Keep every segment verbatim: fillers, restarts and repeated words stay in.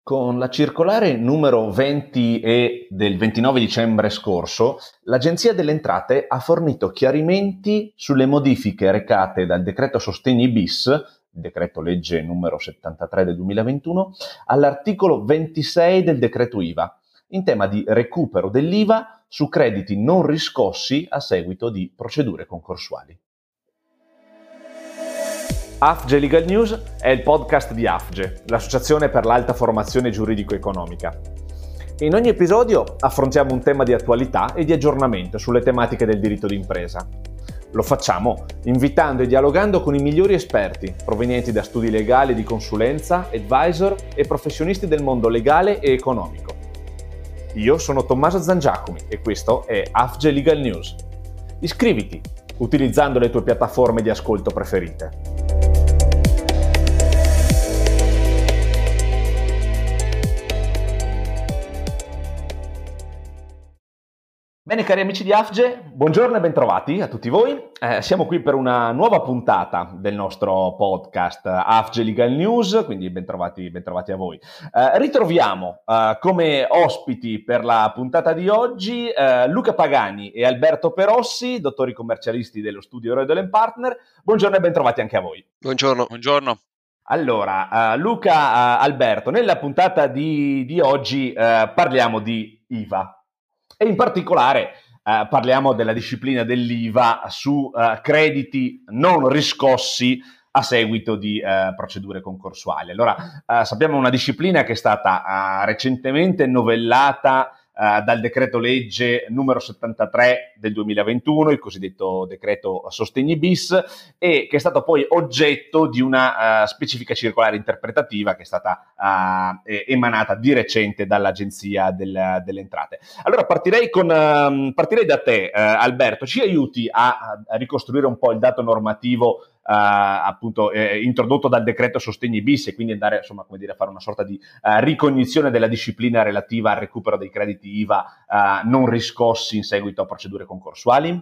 Con la circolare numero venti E del ventinove dicembre scorso, l'Agenzia delle Entrate ha fornito chiarimenti sulle modifiche recate dal decreto Sostegni bis, il decreto legge numero settantatré del duemilaventuno, all'articolo ventisei del decreto I V A, in tema di recupero dell'I V A su crediti non riscossi a seguito di procedure concorsuali. A F G E Legal News è il podcast di A F G E, l'Associazione per l'Alta Formazione Giuridico-Economica. In ogni episodio affrontiamo un tema di attualità e di aggiornamento sulle tematiche del diritto d'impresa. Lo facciamo invitando e dialogando con i migliori esperti provenienti da studi legali di consulenza, advisor e professionisti del mondo legale e economico. Io sono Tommaso Zangiacomi e questo è A F G E Legal News. Iscriviti utilizzando le tue piattaforme di ascolto preferite. Bene cari amici di A F G E, buongiorno e bentrovati a tutti voi. Eh, siamo qui per una nuova puntata del nostro podcast A F G E Legal News, quindi bentrovati, bentrovati a voi. Eh, ritroviamo eh, come ospiti per la puntata di oggi eh, Luca Pagani e Alberto Perossi, dottori commercialisti dello studio Roedel and Partner. Buongiorno e bentrovati anche a voi. Buongiorno. Buongiorno. Allora, uh, Luca, uh, Alberto, nella puntata di, di oggi uh, parliamo di I V A. E in particolare eh, parliamo della disciplina dell'I V A su eh, crediti non riscossi a seguito di eh, procedure concorsuali. Allora, eh, sappiamo una disciplina che è stata eh, recentemente novellata eh, dal decreto legge numero settantatré del duemilaventuno, il cosiddetto decreto Sostegni bis, e che è stato poi oggetto di una uh, specifica circolare interpretativa che è stata uh, emanata di recente dall'Agenzia del, delle Entrate. Allora partirei, con, uh, partirei da te, uh, Alberto, ci aiuti a, a ricostruire un po' il dato normativo Uh, appunto eh, introdotto dal decreto Sostegni bis e quindi andare insomma come dire a fare una sorta di uh, ricognizione della disciplina relativa al recupero dei crediti I V A uh, non riscossi in seguito a procedure concorsuali?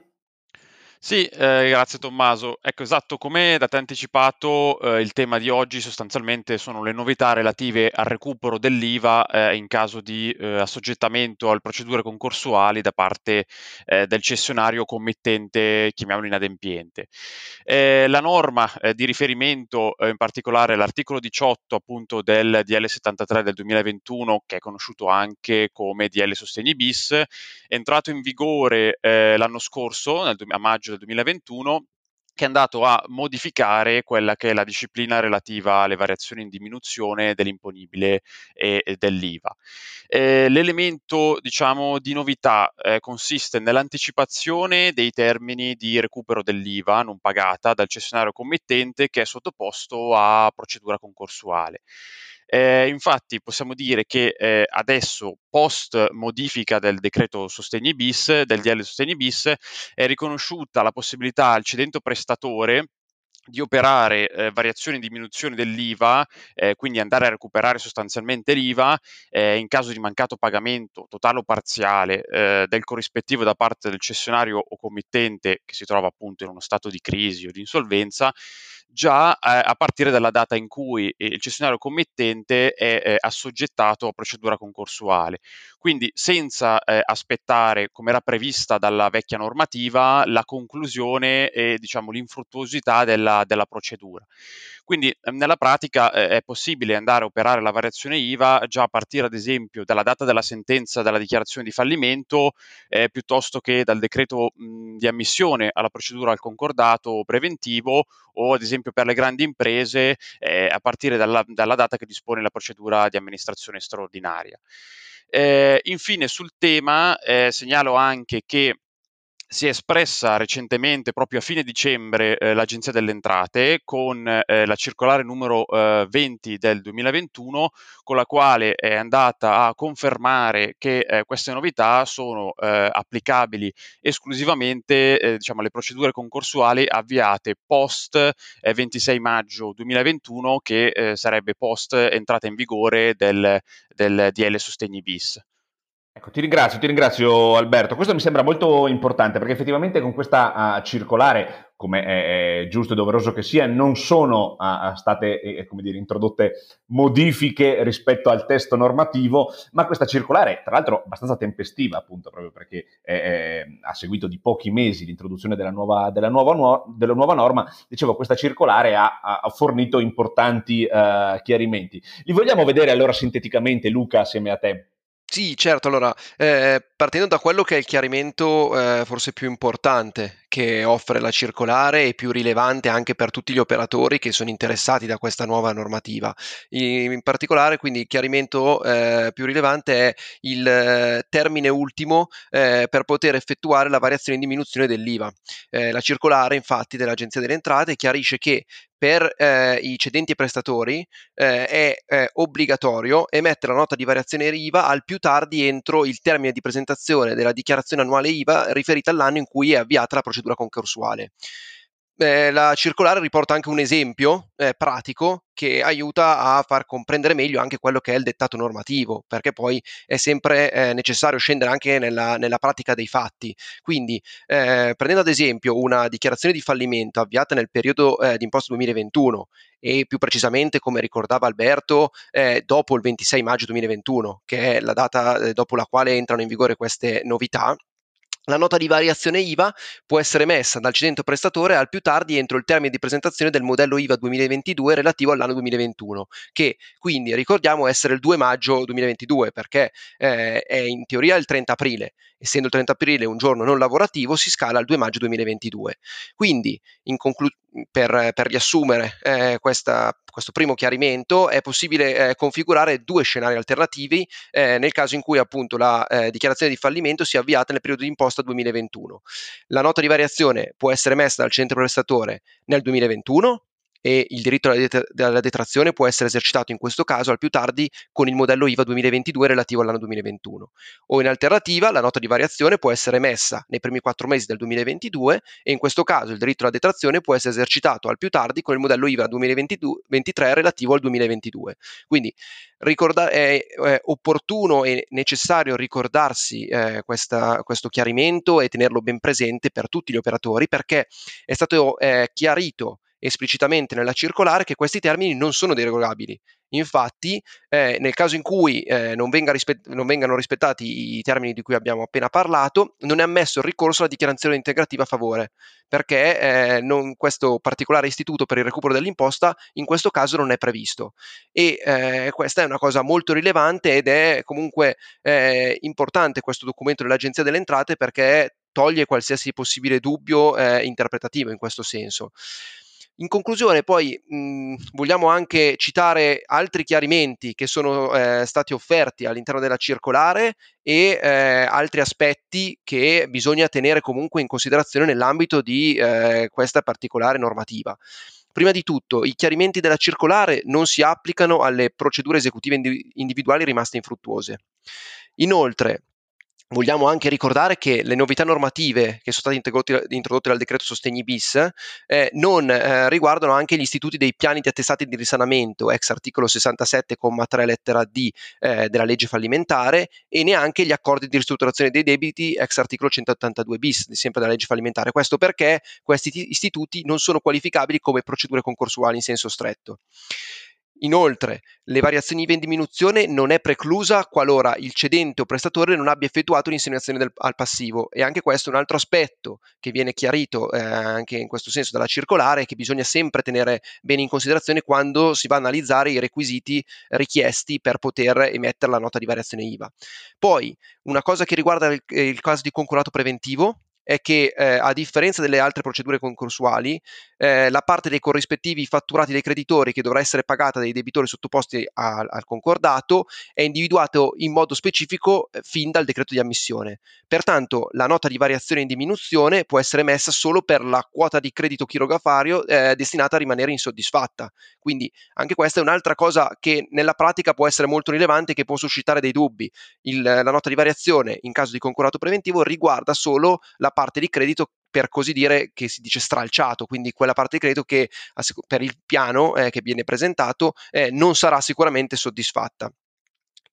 Sì, eh, grazie Tommaso. Ecco, esatto, come da te anticipato, eh, il tema di oggi sostanzialmente sono le novità relative al recupero dell'I V A eh, in caso di eh, assoggettamento alle procedure concorsuali da parte eh, del cessionario committente, chiamiamolo inadempiente. Eh, la norma eh, di riferimento, eh, in particolare l'articolo diciotto appunto del D L settantatré del duemilaventuno, che è conosciuto anche come D L Sostegni bis, è entrato in vigore eh, l'anno scorso, nel, a maggio del duemilaventuno, che è andato a modificare quella che è la disciplina relativa alle variazioni in diminuzione dell'imponibile e, e dell'I V A. Eh, l'elemento, diciamo, di novità eh, consiste nell'anticipazione dei termini di recupero dell'I V A non pagata dal cessionario committente che è sottoposto a procedura concorsuale. Eh, infatti possiamo dire che eh, adesso, post modifica del decreto Sostegni bis, del D L Sostegni bis, è riconosciuta la possibilità al cedente prestatore di operare eh, variazioni e diminuzioni dell'I V A, eh, quindi andare a recuperare sostanzialmente l'I V A eh, in caso di mancato pagamento totale o parziale eh, del corrispettivo da parte del cessionario o committente che si trova appunto in uno stato di crisi o di insolvenza, già eh, a partire dalla data in cui il cessionario committente è eh, assoggettato a procedura concorsuale. Quindi senza eh, aspettare, come era prevista dalla vecchia normativa, la conclusione e diciamo l'infruttuosità della, della procedura. Quindi eh, nella pratica eh, è possibile andare a operare la variazione I V A già a partire ad esempio dalla data della sentenza della dichiarazione di fallimento eh, piuttosto che dal decreto mh, di ammissione alla procedura al concordato preventivo o ad esempio per le grandi imprese eh, a partire dalla, dalla data che dispone la procedura di amministrazione straordinaria. Eh, infine sul tema eh, segnalo anche che si è espressa recentemente, proprio a fine dicembre, eh, l'Agenzia delle Entrate con eh, la circolare numero eh, venti del duemilaventuno, con la quale è andata a confermare che eh, queste novità sono eh, applicabili esclusivamente eh, diciamo, alle procedure concorsuali avviate post eh, ventisei maggio duemilaventuno, che eh, sarebbe post entrata in vigore del, del D L Sostegni bis. Ecco, ti ringrazio, ti ringrazio Alberto. Questo mi sembra molto importante perché effettivamente con questa uh, circolare, come è, è giusto e doveroso che sia, non sono uh, state eh, come dire, introdotte modifiche rispetto al testo normativo, ma questa circolare, tra l'altro abbastanza tempestiva, appunto, proprio perché è, è, ha seguito di pochi mesi l'introduzione della nuova, della nuova, nuova, della nuova norma, dicevo, questa circolare ha, ha fornito importanti uh, chiarimenti. Li vogliamo vedere allora sinteticamente, Luca, assieme a te? Sì, certo. Allora, eh, partendo da quello che è il chiarimento eh, forse più importante che offre la circolare e più rilevante anche per tutti gli operatori che sono interessati da questa nuova normativa. In, in particolare, quindi, il chiarimento eh, più rilevante è il eh, termine ultimo eh, per poter effettuare la variazione in diminuzione dell'I V A. Eh, la circolare, infatti, dell'Agenzia delle Entrate chiarisce che per eh, i cedenti e prestatori eh, è eh, obbligatorio emettere la nota di variazione I V A al più tardi entro il termine di presentazione della dichiarazione annuale I V A riferita all'anno in cui è avviata la procedura concorsuale. Eh, la circolare riporta anche un esempio eh, pratico che aiuta a far comprendere meglio anche quello che è il dettato normativo, perché poi è sempre eh, necessario scendere anche nella, nella pratica dei fatti. Quindi, eh, prendendo ad esempio una dichiarazione di fallimento avviata nel periodo eh, di imposta duemilaventuno e più precisamente, come ricordava Alberto, eh, dopo il ventisei maggio duemilaventuno, che è la data eh, dopo la quale entrano in vigore queste novità, la nota di variazione I V A può essere emessa dal cedente o prestatore al più tardi entro il termine di presentazione del modello I V A duemilaventidue relativo all'anno duemilaventuno, che quindi ricordiamo essere il due maggio duemilaventidue, perché eh, è in teoria il trenta aprile. Essendo il trenta aprile un giorno non lavorativo, si scala al due maggio duemilaventidue. Quindi, in conclu- per, per riassumere eh, questa, questo primo chiarimento, è possibile eh, configurare due scenari alternativi eh, nel caso in cui appunto la eh, dichiarazione di fallimento sia avviata nel periodo di imposta duemilaventuno. La nota di variazione può essere emessa dal centro prestatore nel duemilaventuno e il diritto alla, det- alla detrazione può essere esercitato in questo caso al più tardi con il modello I V A duemilaventidue relativo all'anno duemilaventuno. O in alternativa la nota di variazione può essere emessa nei primi quattro mesi del duemilaventidue e in questo caso il diritto alla detrazione può essere esercitato al più tardi con il modello I V A duemilaventitré relativo al duemilaventidue. Quindi ricorda- è, è opportuno e necessario ricordarsi eh, questa, questo chiarimento e tenerlo ben presente per tutti gli operatori, perché è stato eh, chiarito esplicitamente nella circolare che questi termini non sono derogabili. Infatti, eh, nel caso in cui eh, non, venga rispet- non vengano rispettati i termini di cui abbiamo appena parlato, non è ammesso il ricorso alla dichiarazione integrativa a favore, perché eh, non, questo particolare istituto per il recupero dell'imposta in questo caso non è previsto. E eh, questa è una cosa molto rilevante ed è comunque eh, importante questo documento dell'Agenzia delle Entrate, perché toglie qualsiasi possibile dubbio eh, interpretativo in questo senso. In conclusione, poi mh, vogliamo anche citare altri chiarimenti che sono eh, stati offerti all'interno della circolare e eh, altri aspetti che bisogna tenere comunque in considerazione nell'ambito di eh, questa particolare normativa. Prima di tutto, i chiarimenti della circolare non si applicano alle procedure esecutive individuali rimaste infruttuose. Inoltre, vogliamo anche ricordare che le novità normative che sono state introdotte dal decreto Sostegni bis eh, non eh, riguardano anche gli istituti dei piani di attestati di risanamento ex articolo sessantasette comma tre lettera D eh, della legge fallimentare, e neanche gli accordi di ristrutturazione dei debiti ex articolo centottantadue bis sempre della legge fallimentare. Questo perché questi istituti non sono qualificabili come procedure concorsuali in senso stretto. Inoltre, le variazioni I V A in diminuzione non è preclusa qualora il cedente o prestatore non abbia effettuato l'insegnalazione del, al passivo, e anche questo è un altro aspetto che viene chiarito eh, anche in questo senso dalla circolare, che bisogna sempre tenere bene in considerazione quando si va a analizzare i requisiti richiesti per poter emettere la nota di variazione I V A. Poi, una cosa che riguarda il, il caso di concordato preventivo è che eh, a differenza delle altre procedure concorsuali, eh, la parte dei corrispettivi fatturati dai creditori che dovrà essere pagata dai debitori sottoposti a, al concordato è individuato in modo specifico eh, fin dal decreto di ammissione. Pertanto la nota di variazione in diminuzione può essere emessa solo per la quota di credito chirografario eh, destinata a rimanere insoddisfatta. Quindi anche questa è un'altra cosa che nella pratica può essere molto rilevante, che può suscitare dei dubbi. Il, la nota di variazione in caso di concordato preventivo riguarda solo la parte di credito, per così dire, che si dice stralciato, quindi quella parte di credito che per il piano eh, che viene presentato eh, non sarà sicuramente soddisfatta.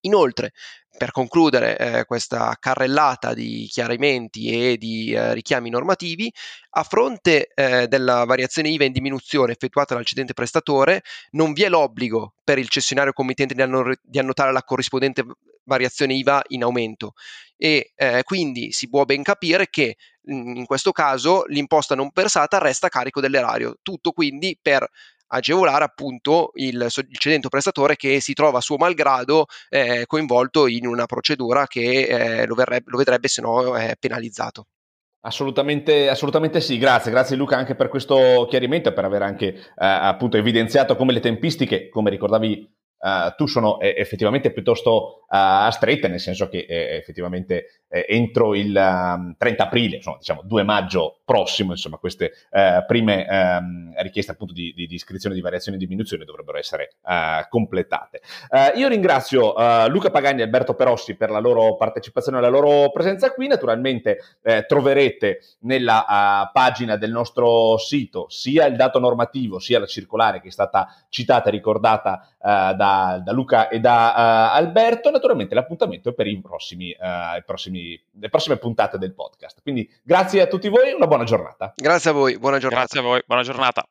Inoltre, per concludere eh, questa carrellata di chiarimenti e di eh, richiami normativi, a fronte eh, della variazione I V A in diminuzione effettuata dal cedente prestatore, non vi è l'obbligo per il cessionario committente di, anno- di annotare la corrispondente variazione I V A in aumento e eh, quindi si può ben capire che in questo caso l'imposta non versata resta a carico dell'erario, tutto quindi per agevolare appunto il, il cedente prestatore che si trova a suo malgrado eh, coinvolto in una procedura che eh, lo, verrebbe, lo vedrebbe se no eh, penalizzato. Assolutamente, assolutamente sì, grazie, grazie Luca anche per questo chiarimento e per aver anche eh, appunto evidenziato come le tempistiche, come ricordavi Uh, tu sono eh, effettivamente piuttosto uh, strette, nel senso che eh, effettivamente eh, entro il um, trenta aprile, insomma, diciamo due maggio prossimo, insomma, queste uh, prime um, richieste appunto di, di, di iscrizione di variazione e diminuzione dovrebbero essere uh, completate. Uh, io ringrazio uh, Luca Pagani e Alberto Perossi per la loro partecipazione e la loro presenza qui. Naturalmente eh, troverete nella uh, pagina del nostro sito sia il dato normativo sia la circolare che è stata citata e ricordata uh, da da Luca e da uh, Alberto. Naturalmente l'appuntamento è per i prossimi, uh, i prossimi, le prossime puntate del podcast. Quindi grazie a tutti voi, una buona giornata. Grazie a voi, buona giornata. Grazie a voi, buona giornata.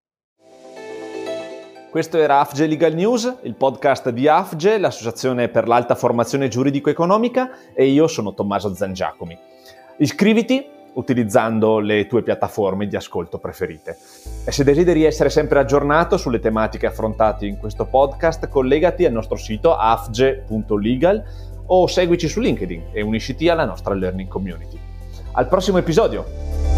Questo era A F G E Legal News, il podcast di A F G E, l'associazione per l'alta formazione giuridico-economica, e io sono Tommaso Zangiacomi. Iscriviti utilizzando le tue piattaforme di ascolto preferite. E se desideri essere sempre aggiornato sulle tematiche affrontate in questo podcast, collegati al nostro sito a f g e punto legal o seguici su LinkedIn e unisciti alla nostra learning community. Al prossimo episodio!